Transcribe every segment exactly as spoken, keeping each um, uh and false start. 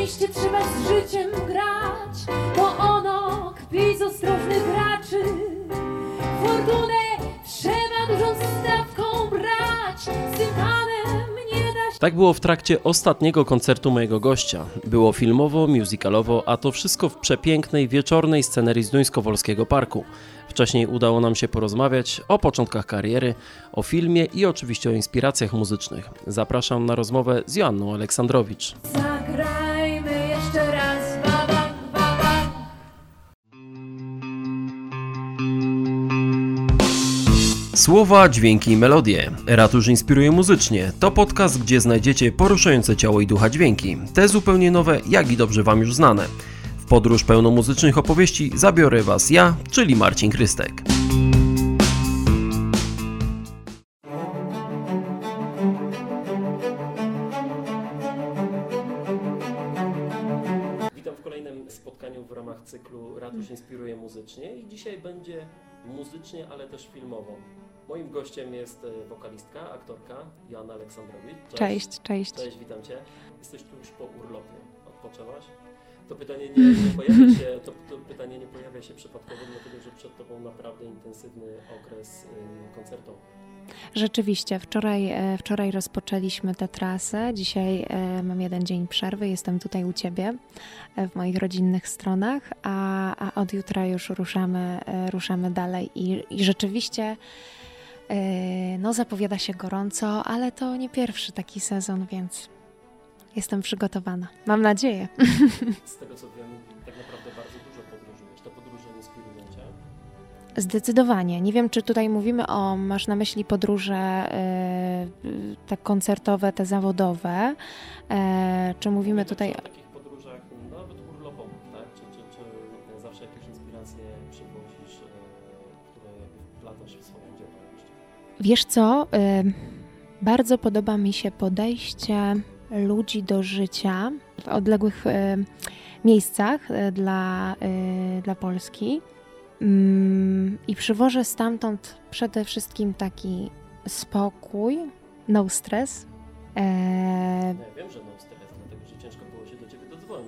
Szczęście trzeba z życiem grać, bo ono kpi z ostrożnych graczy. Fortunę trzeba dużą stawką brać, z tym panem nie da się... Tak było w trakcie ostatniego koncertu mojego gościa. Było filmowo, musicalowo, a to wszystko w przepięknej, wieczornej scenerii Zduńsko-Wolskiego Parku. Wcześniej udało nam się porozmawiać o początkach kariery, o filmie i oczywiście o inspiracjach muzycznych. Zapraszam na rozmowę z Joanną Aleksandrowicz. Zagrajmy jeszcze raz, baba, baba. Słowa, dźwięki i melodie. Ratusz inspiruje muzycznie. To podcast, gdzie znajdziecie poruszające ciało i ducha dźwięki. Te zupełnie nowe, jak i dobrze Wam już znane. W podróż pełną muzycznych opowieści zabiorę Was ja, czyli Marcin Krystek. Witam w kolejnym spotkaniu w ramach cyklu Ratusz inspiruje muzycznie i dzisiaj będzie muzycznie, ale też filmowo. Moim gościem jest wokalistka, aktorka Joanna Aleksandrowicz. Cześć, cześć. Cześć, cześć witam Cię. Jesteś tu już po urlopie. Odpoczęłaś? To pytanie nie, nie pojawia się, to, to pytanie nie pojawia się przypadkowo, dlatego że przed Tobą naprawdę intensywny okres y, koncertowy. Rzeczywiście, wczoraj, wczoraj rozpoczęliśmy tę trasę, dzisiaj mam jeden dzień przerwy, jestem tutaj u Ciebie w moich rodzinnych stronach, a, a od jutra już ruszamy, ruszamy dalej i, i rzeczywiście no, zapowiada się gorąco, ale to nie pierwszy taki sezon, więc jestem przygotowana. Mam nadzieję. Z tego co wiem, tak naprawdę bardzo dużo podróżujesz. Te podróże inspirują Cię? Zdecydowanie. Nie wiem, czy tutaj mówimy o, masz na myśli podróże yy, te koncertowe, te zawodowe, yy, czy mówimy tutaj... O takich podróżach nawet urlopowych, tak? Czy, czy, czy zawsze jakieś inspiracje przywozisz, yy, które wplatasz w swoją działalność? Wiesz co, yy, bardzo podoba mi się podejście ludzi do życia w odległych y, miejscach y, dla, y, dla Polski mm, i przywożę stamtąd przede wszystkim taki spokój, no stres. E... Ja wiem, że no stres, dlatego że ciężko było się do Ciebie dodzwonić.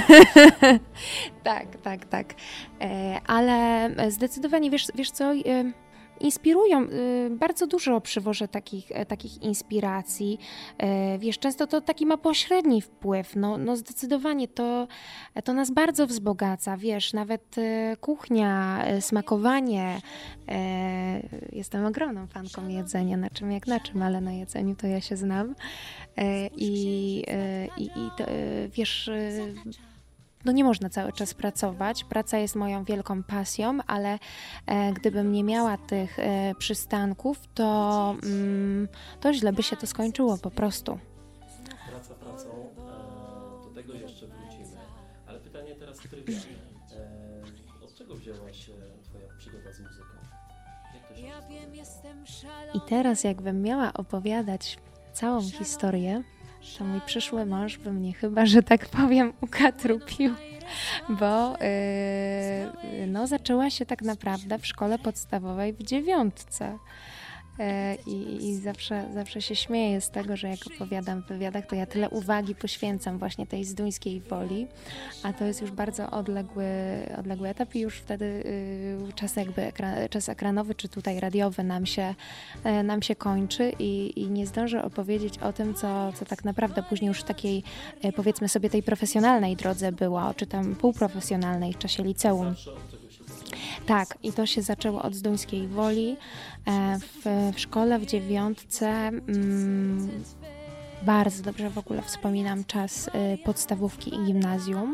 tak, tak, tak. E, ale zdecydowanie, wiesz, wiesz co... Y, Inspirują, bardzo dużo przywożę takich, takich inspiracji, wiesz, często to taki ma pośredni wpływ, no, no zdecydowanie to, to nas bardzo wzbogaca, wiesz, nawet kuchnia, smakowanie, jestem ogromną fanką jedzenia, na czym jak na czym, ale na jedzeniu to ja się znam i, i, i to, wiesz, no nie można cały czas pracować. Praca jest moją wielką pasją, ale e, gdybym nie miała tych e, przystanków, to, mm, to źle by się to skończyło po prostu. Praca pracą, e, do tego jeszcze wrócimy, ale pytanie teraz trywialne. E, od czego wzięła się Twoja przygoda z muzyką? Jak to się I teraz jakbym miała opowiadać całą historię, to mój przyszły mąż by mnie chyba, że tak powiem, ukatrupił, bo yy, no, zaczęła się tak naprawdę w szkole podstawowej w dziewiątce. I, i zawsze, zawsze się śmieję z tego, że jak opowiadam w wywiadach, to ja tyle uwagi poświęcam właśnie tej zduńskiej Woli, a to jest już bardzo odległy, odległy etap i już wtedy y, czas jakby ekran, czas ekranowy czy tutaj radiowy nam się, y, nam się kończy i, i nie zdążę opowiedzieć o tym, co, co tak naprawdę później już w takiej, y, powiedzmy sobie, tej profesjonalnej drodze było, czy tam półprofesjonalnej w czasie liceum. Tak, i to się zaczęło od Zduńskiej Woli. W, w szkole, w dziewiątce mm, bardzo dobrze w ogóle wspominam czas y, podstawówki i gimnazjum.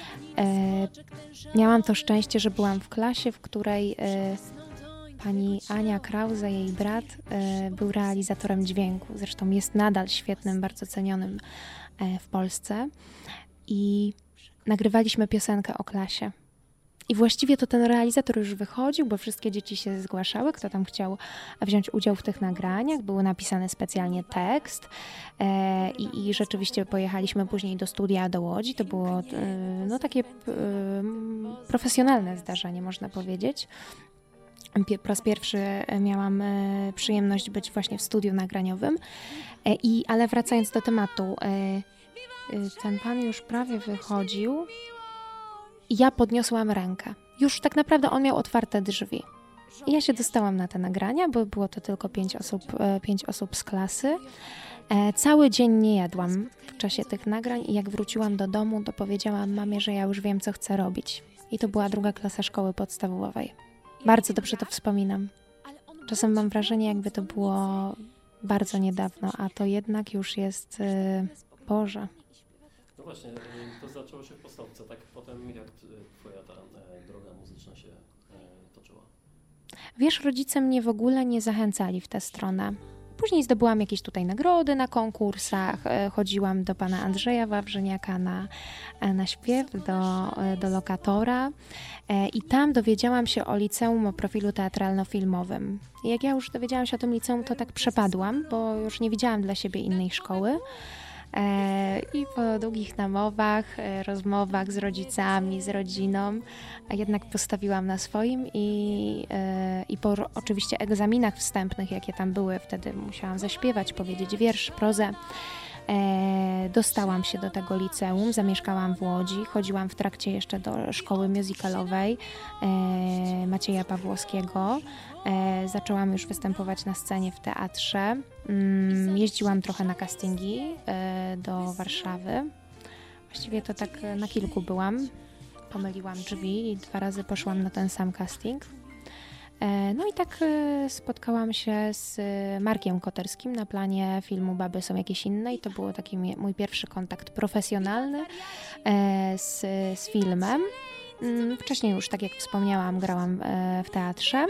Y, miałam to szczęście, że byłam w klasie, w której y, pani Ania Krause, jej brat, y, był realizatorem dźwięku. Zresztą jest nadal świetnym, bardzo cenionym y, w Polsce. I nagrywaliśmy piosenkę o klasie. I właściwie to ten realizator już wychodził, bo wszystkie dzieci się zgłaszały, kto tam chciał wziąć udział w tych nagraniach. Był napisany specjalnie tekst e, i, i rzeczywiście pojechaliśmy później do studia do Łodzi. To było e, no, takie e, profesjonalne zdarzenie, można powiedzieć. Po raz pierwszy miałam e, przyjemność być właśnie w studiu nagraniowym. E, i, ale wracając do tematu, e, y, ten pan już prawie wychodził i ja podniosłam rękę. Już tak naprawdę on miał otwarte drzwi. I ja się dostałam na te nagrania, bo było to tylko pięć osób, e, pięć osób z klasy. E, cały dzień nie jadłam w czasie tych nagrań i jak wróciłam do domu, to powiedziałam mamie, że ja już wiem, co chcę robić. I to była druga klasa szkoły podstawowej. Bardzo dobrze to wspominam. Czasem mam wrażenie, jakby to było bardzo niedawno, a to jednak już jest... E, Boże. No właśnie, to zaczęło się w podstawce, tak potem jak twoja ta droga muzyczna się toczyła? Wiesz, rodzice mnie w ogóle nie zachęcali w tę stronę. Później zdobyłam jakieś tutaj nagrody na konkursach, chodziłam do pana Andrzeja Wawrzyniaka na, na śpiew, do, do lokatora i tam dowiedziałam się o liceum, o profilu teatralno-filmowym. I jak ja już dowiedziałam się o tym liceum, to tak przepadłam, bo już nie widziałam dla siebie innej szkoły. I po długich namowach, rozmowach z rodzicami, z rodziną, a jednak postawiłam na swoim i, i po oczywiście egzaminach wstępnych, jakie tam były, wtedy musiałam zaśpiewać, powiedzieć wiersz, prozę. Dostałam się do tego liceum, zamieszkałam w Łodzi, chodziłam w trakcie jeszcze do szkoły musicalowej Macieja Pawłowskiego. Zaczęłam już występować na scenie w teatrze. Jeździłam trochę na castingi do Warszawy. Właściwie to tak na kilku byłam. Pomyliłam drzwi i dwa razy poszłam na ten sam casting. No i tak spotkałam się z Markiem Koterskim na planie filmu Baby są jakieś inne i to był taki mój pierwszy kontakt profesjonalny z, z filmem. Wcześniej już, tak jak wspomniałam, grałam w teatrze.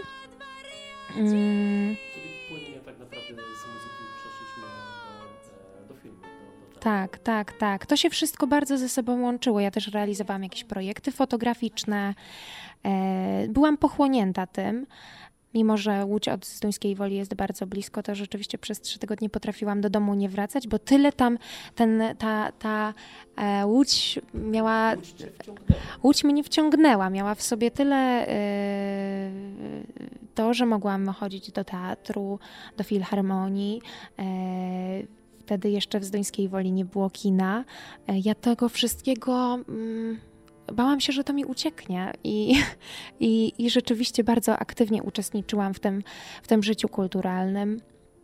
Czyli płynnie tak naprawdę z muzyki przeszliśmy do, do filmu. Do, do tak, tak, tak. To się wszystko bardzo ze sobą łączyło. Ja też realizowałam jakieś projekty fotograficzne. Byłam pochłonięta tym. Mimo że Łódź od Zduńskiej Woli jest bardzo blisko, to rzeczywiście przez trzy tygodnie potrafiłam do domu nie wracać, bo tyle tam ten, ta, ta e, Łódź miała... Łódź cię wciągnęła. Łódź mnie wciągnęła. Miała w sobie tyle e, to, że mogłam chodzić do teatru, do filharmonii. E, wtedy jeszcze w Zduńskiej Woli nie było kina. E, ja tego wszystkiego... Mm, Bałam się, że to mi ucieknie i, i, i rzeczywiście bardzo aktywnie uczestniczyłam w tym, w tym życiu kulturalnym,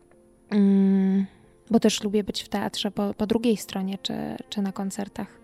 mm, bo też lubię być w teatrze po, po drugiej stronie czy, czy na koncertach.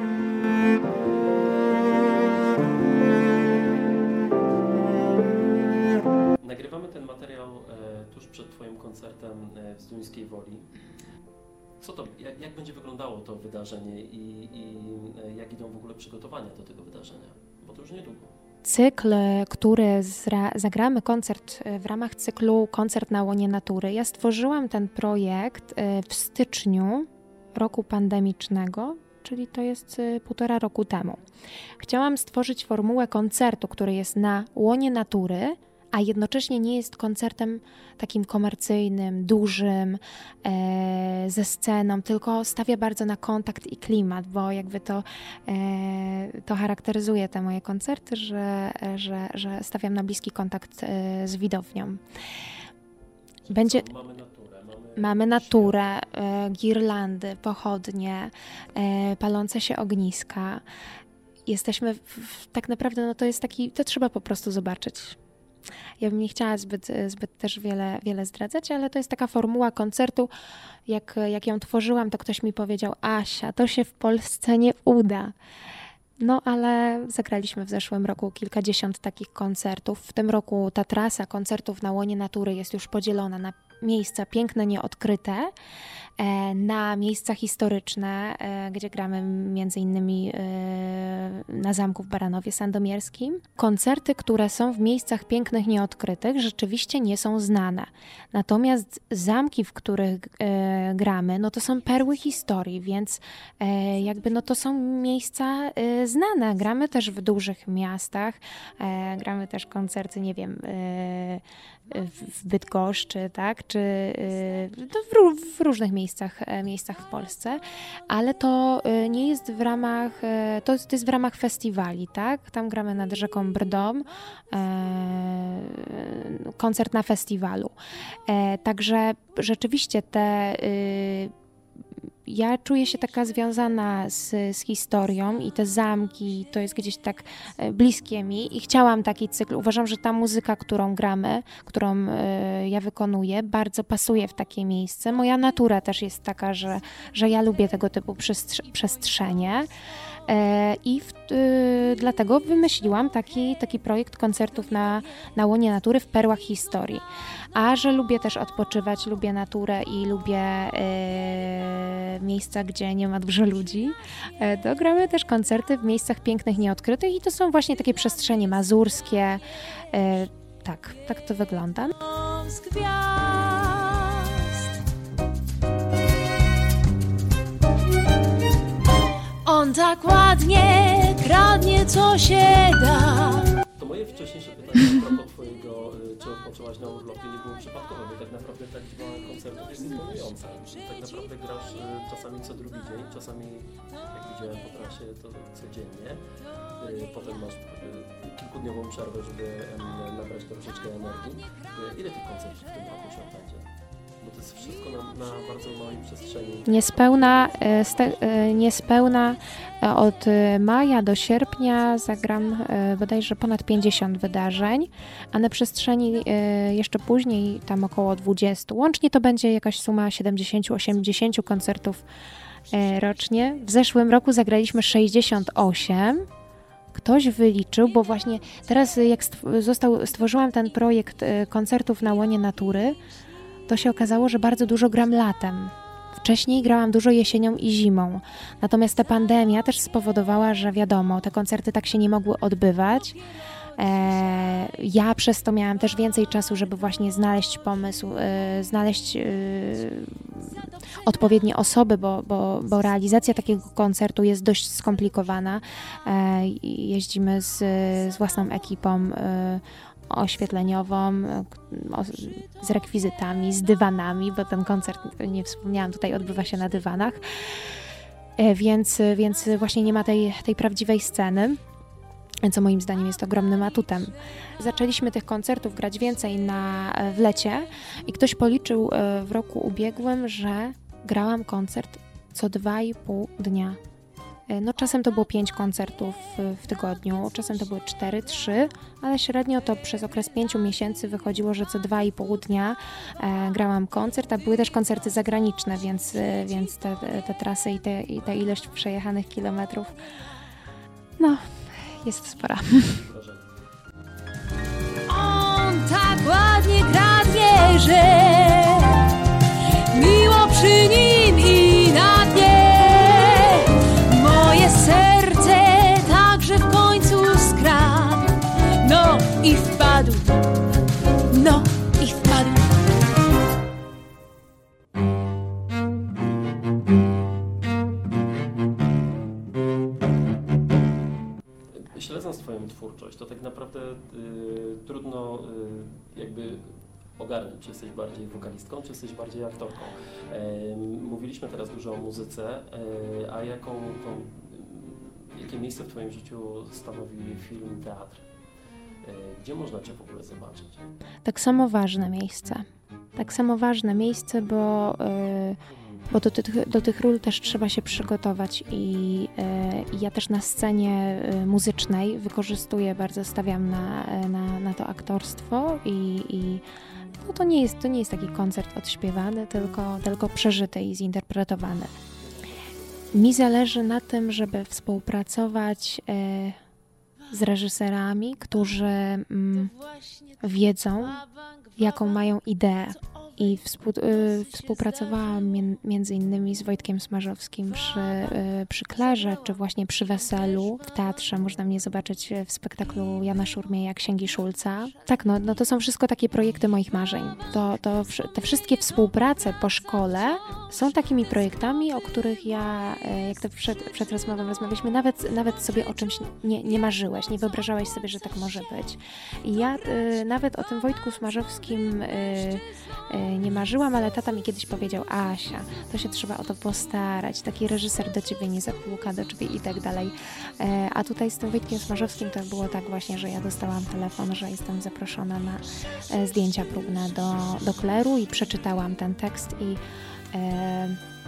Nagrywamy ten materiał e, tuż przed twoim koncertem e, w Zduńskiej Woli. Co to, jak, jak będzie wyglądało to wydarzenie i, i jak idą w ogóle przygotowania do tego wydarzenia? Bo to już niedługo. Cykl, który zra, zagramy koncert w ramach cyklu Koncert na łonie natury. Ja stworzyłam ten projekt w styczniu roku pandemicznego, czyli to jest półtora roku temu. Chciałam stworzyć formułę koncertu, który jest na łonie natury, a jednocześnie nie jest koncertem takim komercyjnym, dużym, e, ze sceną, tylko stawia bardzo na kontakt i klimat, bo jakby to, e, to charakteryzuje te moje koncerty, że, że, że stawiam na bliski kontakt e, z widownią. Będzie... Mamy naturę. Mamy, mamy naturę, e, girlandy, pochodnie, e, palące się ogniska. Jesteśmy w, w, tak naprawdę, no to jest taki, to trzeba po prostu zobaczyć. Ja bym nie chciała zbyt, zbyt też wiele, wiele zdradzać, ale to jest taka formuła koncertu. Jak, jak ją tworzyłam, to ktoś mi powiedział: Asia, to się w Polsce nie uda. No ale zagraliśmy w zeszłym roku kilkadziesiąt takich koncertów. W tym roku ta trasa koncertów na łonie natury jest już podzielona na miejsca piękne, nieodkryte, na miejsca historyczne, gdzie gramy między innymi na zamku w Baranowie Sandomierskim. Koncerty, które są w miejscach pięknych, nieodkrytych, rzeczywiście nie są znane. Natomiast zamki, w których gramy, no to są perły historii, więc jakby no to są miejsca znane. Gramy też w dużych miastach, gramy też koncerty, nie wiem, w Bydgoszczy, tak, czy w, w różnych miejscach, miejscach w Polsce, ale to nie jest w ramach, to jest, to jest w ramach festiwali, tak, tam gramy nad rzeką Brdą, koncert na festiwalu. Także rzeczywiście te ja czuję się taka związana z, z historią i te zamki, to jest gdzieś tak e, bliskie mi i chciałam taki cykl. Uważam, że ta muzyka, którą gramy, którą e, ja wykonuję, bardzo pasuje w takie miejsce. Moja natura też jest taka, że, że ja lubię tego typu przestrze- przestrzenie. E, I w, y, dlatego wymyśliłam taki, taki projekt koncertów na, na łonie natury w perłach historii. A że lubię też odpoczywać, lubię naturę i lubię e, miejsca, gdzie nie ma dużo ludzi, e, to gramy też koncerty w miejscach pięknych, nieodkrytych i to są właśnie takie przestrzenie mazurskie. E, tak, tak to wygląda. Z gwiazd. On tak ładnie kradnie, co się da. To moje wcześniejsze pytanie a propos twojego, y, czy odpoczęłaś na urlopie, nie było przypadkowe, bo tak naprawdę ta liczba koncertów jest imponująca. Tak naprawdę grasz y, czasami co drugi dzień, czasami, jak widziałem po trasie, to codziennie. Y, potem masz y, kilkudniową przerwę, żeby y, nabrać troszeczkę energii. Y, ile tych koncertów w tym roku się odbędzie? Bo to jest wszystko na, na bardzo małej przestrzeni. Niespełna, e, ste, e, niespełna e, od e, maja do sierpnia zagram e, bodajże ponad pięćdziesiąt wydarzeń, a na przestrzeni e, jeszcze później tam około dwudziestu. Łącznie to będzie jakaś suma siedemdziesiąt osiemdziesiąt koncertów e, rocznie. W zeszłym roku zagraliśmy sześćdziesiąt osiem. Ktoś wyliczył, bo właśnie teraz jak stw- został, stworzyłam ten projekt e, koncertów na łonie natury, to się okazało, że bardzo dużo gram latem. Wcześniej grałam dużo jesienią i zimą. Natomiast ta pandemia też spowodowała, że wiadomo, te koncerty tak się nie mogły odbywać. E, ja przez to miałam też więcej czasu, żeby właśnie znaleźć pomysł, e, znaleźć e, odpowiednie osoby, bo, bo, bo realizacja takiego koncertu jest dość skomplikowana. E, jeździmy z, z własną ekipą e, oświetleniową, z rekwizytami, z dywanami, bo ten koncert, nie wspomniałam, tutaj odbywa się na dywanach, więc, więc właśnie nie ma tej, tej prawdziwej sceny, co moim zdaniem jest ogromnym atutem. Zaczęliśmy tych koncertów grać więcej na, w lecie i ktoś policzył w roku ubiegłym, że grałam koncert co dwa i pół dnia. No czasem to było pięć koncertów w tygodniu, czasem to były cztery, trzy, ale średnio to przez okres pięciu miesięcy wychodziło, że co dwa i pół dnia e, grałam koncert, a były też koncerty zagraniczne, więc, więc te, te trasy i, te, i ta ilość przejechanych kilometrów, no, jest spora. On tak ładnie kradnie, że miło przy nim i na dnie. Moje serce także w końcu skradł. No i wpadł, no i wpadł. Śledząc twoją twórczość, to tak naprawdę y, trudno y, jakby ogarnąć, czy jesteś bardziej wokalistką, czy jesteś bardziej aktorką. E, mówiliśmy teraz dużo o muzyce, e, a jaką tą, jakie miejsce w twoim życiu stanowi film, teatr? E, gdzie można cię w ogóle zobaczyć? Tak samo ważne miejsce. Tak samo ważne miejsce, bo, yy, bo do, tych, do tych ról też trzeba się przygotować i yy, ja też na scenie yy, muzycznej wykorzystuję, bardzo stawiam na, na, na to aktorstwo i, i no to, nie jest, to nie jest taki koncert odśpiewany, tylko, tylko przeżyty i zinterpretowany. Mi zależy na tym, żeby współpracować yy, z reżyserami, którzy mm, wiedzą, jaką mają ideę. I współ, y, współpracowałam mien, między innymi z Wojtkiem Smarzowskim przy, y, przy Klarze, czy właśnie przy Weselu w teatrze. Można mnie zobaczyć w spektaklu Jana Szurmieja, Księgi Szulca. Tak, no, no to są wszystko takie projekty moich marzeń. To, to, te wszystkie współprace po szkole są takimi projektami, o których ja, jak to przed, przed rozmową rozmawialiśmy, nawet, nawet sobie o czymś nie, nie marzyłeś, nie wyobrażałeś sobie, że tak może być. I ja y, nawet o tym Wojtku Smarzowskim y, y, nie marzyłam, ale tata mi kiedyś powiedział: Asia, to się trzeba o to postarać, taki reżyser do ciebie nie zapuka, do ciebie i tak dalej. E, a tutaj z tym Wojtkiem Smarzowskim to było tak właśnie, że ja dostałam telefon, że jestem zaproszona na e, zdjęcia próbne do, do Kleru i przeczytałam ten tekst i, e,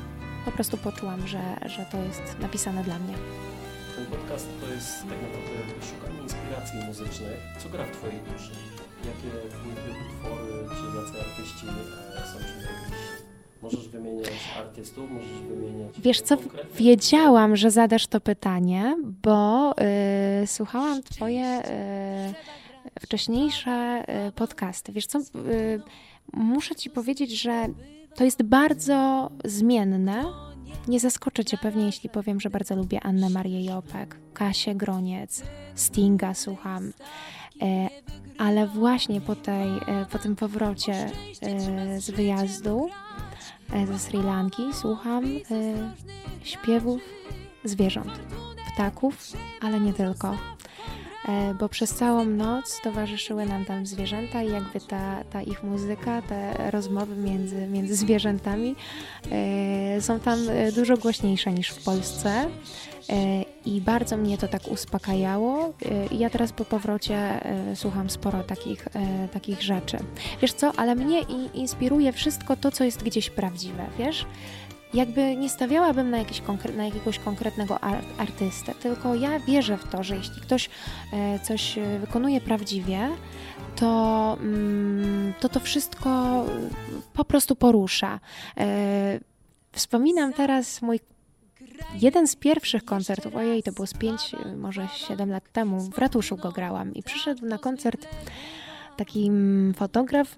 po prostu poczułam, że, że to jest napisane dla mnie. Ten podcast to jest tak naprawdę szukanie inspiracji muzycznych. Co gra w Twojej duszy? Jakie płyty, utwory, czy jacy artyści e, są Ci najbliżsi? Możesz wymieniać artystów, możesz wymieniać... Wiesz co, konkretne... wiedziałam, że zadasz to pytanie, bo y, słuchałam Twoje y, wcześniejsze y, podcasty. Wiesz co, y, muszę Ci powiedzieć, że to jest bardzo zmienne. Nie zaskoczę Cię pewnie, jeśli powiem, że bardzo lubię Annę Marię Jopek, Kasię Groniec, Stinga słucham. E, ale właśnie po, tej, e, po tym powrocie e, z wyjazdu e, ze Sri Lanki słucham e, śpiewów zwierząt, ptaków, ale nie tylko. E, bo przez całą noc towarzyszyły nam tam zwierzęta i jakby ta, ta ich muzyka, te rozmowy między, między zwierzętami e, są tam dużo głośniejsze niż w Polsce. E, I bardzo mnie to tak uspokajało i ja teraz po powrocie e, słucham sporo takich, e, takich rzeczy. Wiesz co, ale mnie i inspiruje wszystko to, co jest gdzieś prawdziwe, wiesz? Jakby nie stawiałabym na, jakiś konkre- na jakiegoś konkretnego ar- artystę, tylko ja wierzę w to, że jeśli ktoś e, coś wykonuje prawdziwie, to, mm, to to wszystko po prostu porusza. E, wspominam teraz mój jeden z pierwszych koncertów, ojej, to było z pięć, może siedem lat temu, w ratuszu go grałam i przyszedł na koncert taki fotograf,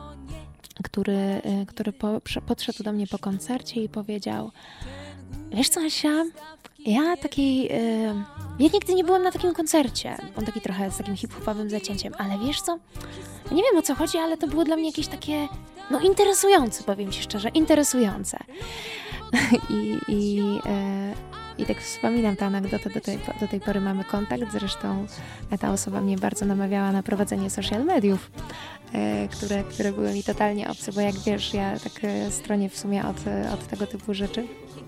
który, który po, podszedł do mnie po koncercie i powiedział: wiesz co, Asia, ja takiej, ja nigdy nie byłem na takim koncercie. On taki trochę z takim hip-hopowym zacięciem, ale wiesz co, nie wiem o co chodzi, ale to było dla mnie jakieś takie, no interesujące, powiem Ci szczerze, interesujące. I, i, e, I tak wspominam tę anegdotę, do tej, do tej pory mamy kontakt, zresztą ta osoba mnie bardzo namawiała na prowadzenie social mediów, e, które, które były mi totalnie obce, bo jak wiesz, ja tak e, stronię w sumie od, od tego typu rzeczy.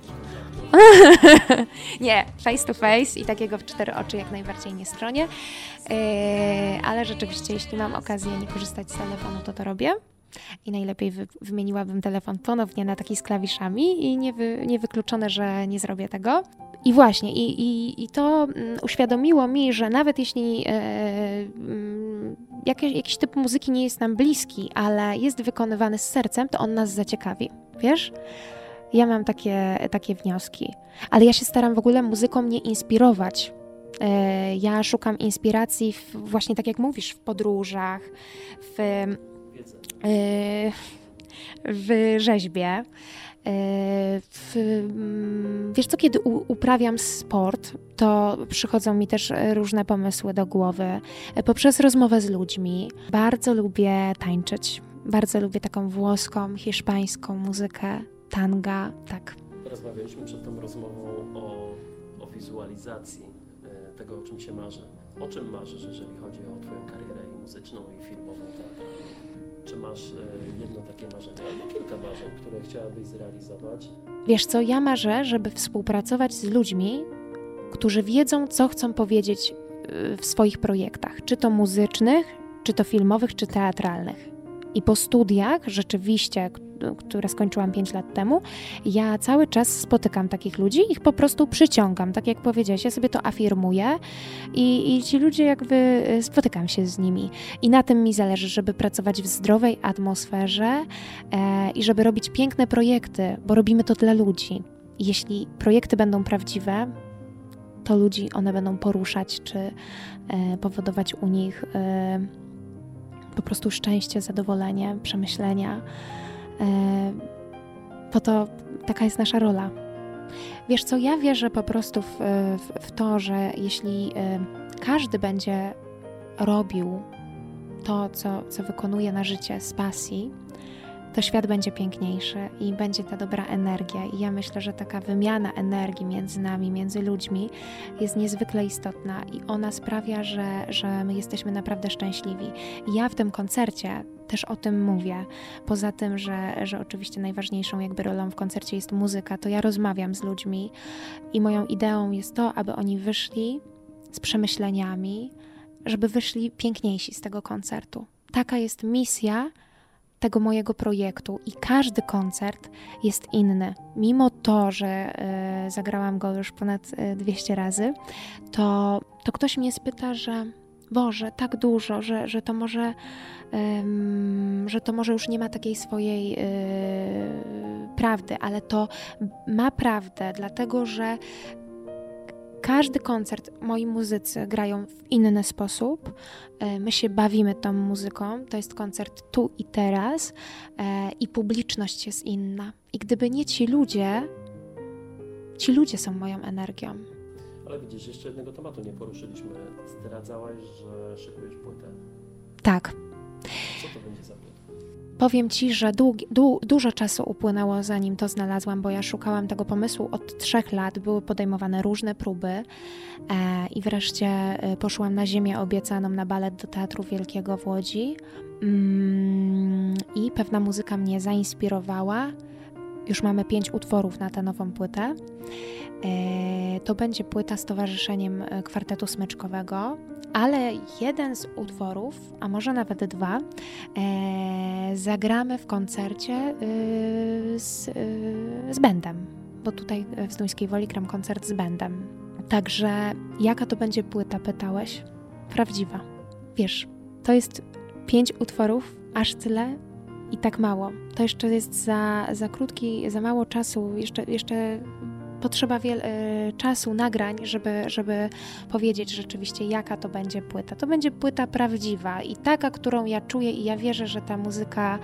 Nie, face to face i takiego w cztery oczy jak najbardziej nie stronię, e, ale rzeczywiście, jeśli mam okazję nie korzystać z telefonu, to to robię. I najlepiej wy, wymieniłabym telefon ponownie na taki z klawiszami i nie wy, niewykluczone, że nie zrobię tego. I właśnie, i, i, i to mm, uświadomiło mi, że nawet jeśli e, mm, jakiś, jakiś typ muzyki nie jest nam bliski, ale jest wykonywany z sercem, to on nas zaciekawi, wiesz? Ja mam takie, takie wnioski. Ale ja się staram w ogóle muzyką nie inspirować. E, ja szukam inspiracji w, właśnie tak jak mówisz, w podróżach, w... w rzeźbie. W, wiesz co, kiedy u, uprawiam sport, to przychodzą mi też różne pomysły do głowy poprzez rozmowę z ludźmi. Bardzo lubię tańczyć. Bardzo lubię taką włoską, hiszpańską muzykę, tanga, tak. Rozmawialiśmy przed tą rozmową o, o wizualizacji tego, o czym się marzy. O czym marzysz, jeżeli chodzi o Twoją karierę i muzyczną, i filmową, teatralną? Czy masz jedno takie marzenie, albo kilka marzeń, które chciałabyś zrealizować? Wiesz co, ja marzę, żeby współpracować z ludźmi, którzy wiedzą, co chcą powiedzieć w swoich projektach, czy to muzycznych, czy to filmowych, czy teatralnych. I po studiach, rzeczywiście, które skończyłam pięć lat temu, ja cały czas spotykam takich ludzi, ich po prostu przyciągam, tak jak powiedziałeś, ja sobie to afirmuję i, i ci ludzie jakby, spotykam się z nimi. I na tym mi zależy, żeby pracować w zdrowej atmosferze e, i żeby robić piękne projekty, bo robimy to dla ludzi. I jeśli projekty będą prawdziwe, to ludzi one będą poruszać, czy e, powodować u nich e, po prostu szczęście, zadowolenie, przemyślenia. Po to taka jest nasza rola. Wiesz co, ja wierzę po prostu w, w, w to, że jeśli każdy będzie robił to, co, co wykonuje na życie z pasji, to świat będzie piękniejszy i będzie ta dobra energia. I ja myślę, że taka wymiana energii między nami, między ludźmi jest niezwykle istotna i ona sprawia, że, że my jesteśmy naprawdę szczęśliwi. I ja w tym koncercie też o tym mówię. Poza tym, że, że oczywiście najważniejszą jakby rolą w koncercie jest muzyka, to ja rozmawiam z ludźmi i moją ideą jest to, aby oni wyszli z przemyśleniami, żeby wyszli piękniejsi z tego koncertu. Taka jest misja tego mojego projektu i każdy koncert jest inny. Mimo to, że y, zagrałam go już ponad y, dwieście razy, to, to ktoś mnie spyta, że Boże, tak dużo, że, że, to może, ym, że to może już nie ma takiej swojej yy, prawdy, ale to ma prawdę, dlatego że każdy koncert moi muzycy grają w inny sposób. Yy, my się bawimy tą muzyką, to jest koncert tu i teraz yy, i publiczność jest inna. I gdyby nie ci ludzie, ci ludzie są moją energią. Ale widzisz, jeszcze jednego tematu nie poruszyliśmy. Zdradzałaś, że szykujesz płytę. Tak. Co to będzie za płyta? Powiem Ci, że długi, du, dużo czasu upłynęło, zanim to znalazłam, bo ja szukałam tego pomysłu od trzech lat. Były podejmowane różne próby e, i wreszcie e, poszłam na ziemię obiecaną, na balet do Teatru Wielkiego w Łodzi mm, i pewna muzyka mnie zainspirowała. Już mamy pięć utworów na tę nową płytę. E, to będzie płyta z towarzyszeniem kwartetu smyczkowego, ale jeden z utworów, a może nawet dwa, e, zagramy w koncercie e, z, e, z bendem, bo tutaj w Zduńskiej Woli gram koncert z bendem. Także jaka to będzie płyta, pytałeś? Prawdziwa. Wiesz, to jest pięć utworów, aż tyle i tak mało. To jeszcze jest za, za krótki, za mało czasu, jeszcze, jeszcze potrzeba wiele czasu, nagrań, żeby, żeby powiedzieć rzeczywiście, jaka to będzie płyta. To będzie płyta prawdziwa i taka, którą ja czuję i ja wierzę, że ta muzyka,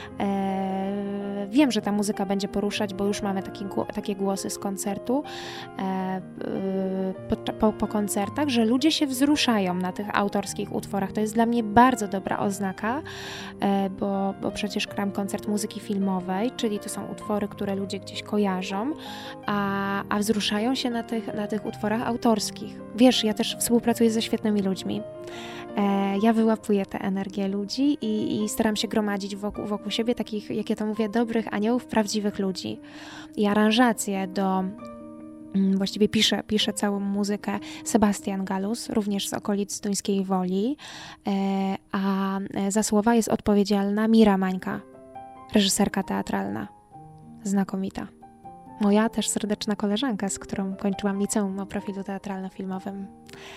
e, wiem, że ta muzyka będzie poruszać, bo już mamy taki, takie głosy z koncertu, e, po, po, po koncertach, że ludzie się wzruszają na tych autorskich utworach. To jest dla mnie bardzo dobra oznaka, e, bo, bo przecież gram koncert muzyki filmowej, czyli to są utwory, które ludzie gdzieś kojarzą, a a wzruszają się na tych, na tych utworach autorskich. Wiesz, ja też współpracuję ze świetnymi ludźmi. E, ja wyłapuję tę energię ludzi i, i staram się gromadzić wokół, wokół siebie takich, jak ja to mówię, dobrych aniołów, prawdziwych ludzi. I aranżację do... Właściwie pisze, pisze całą muzykę Sebastian Galus, również z okolic Zduńskiej Woli, e, a za słowa jest odpowiedzialna Mira Mańka, reżyserka teatralna. Znakomita. Moja też serdeczna koleżanka, z którą kończyłam liceum o profilu teatralno-filmowym.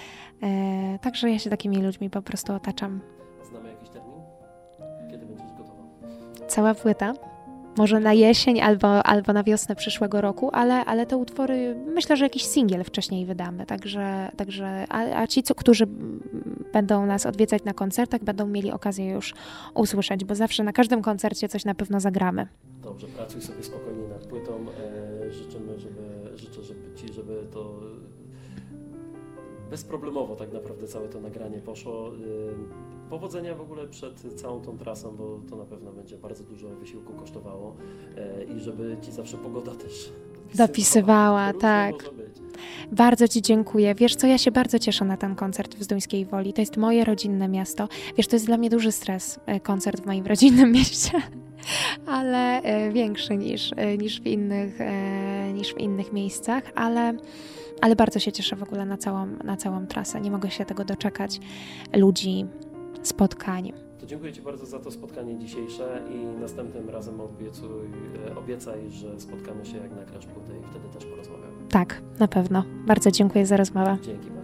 E, także ja się takimi ludźmi po prostu otaczam. Znamy jakiś termin? Kiedy będziesz gotowa? Cała płyta. Może na jesień albo, albo na wiosnę przyszłego roku, ale, ale te utwory, myślę, że jakiś singiel wcześniej wydamy. Także, także a, a ci, co, którzy będą nas odwiedzać na koncertach, będą mieli okazję już usłyszeć, bo zawsze na każdym koncercie coś na pewno zagramy. Dobrze, pracuj sobie spokojnie nad płytą. E, życzymy, żeby, życzę żeby Ci, żeby to bezproblemowo tak naprawdę całe to nagranie poszło. E, powodzenia w ogóle przed całą tą trasą, bo to na pewno będzie bardzo dużo wysiłku kosztowało e, i żeby Ci zawsze pogoda też dopisywała, dopisywała tak. Może być. Bardzo Ci dziękuję. Wiesz co, ja się bardzo cieszę na ten koncert w Zduńskiej Woli. To jest moje rodzinne miasto. Wiesz, to jest dla mnie duży stres, koncert w moim rodzinnym mieście, ale większy niż, niż, w, innych, niż w innych miejscach, ale, ale bardzo się cieszę w ogóle na całą, na całą trasę. Nie mogę się tego doczekać. Ludzi, spotkań. To dziękuję Ci bardzo za to spotkanie dzisiejsze i następnym razem obiecuj, obiecaj, że spotkamy się jak nagrasz płytę i wtedy też porozmawiamy. Tak, na pewno. Bardzo dziękuję za rozmowę. Dzięki.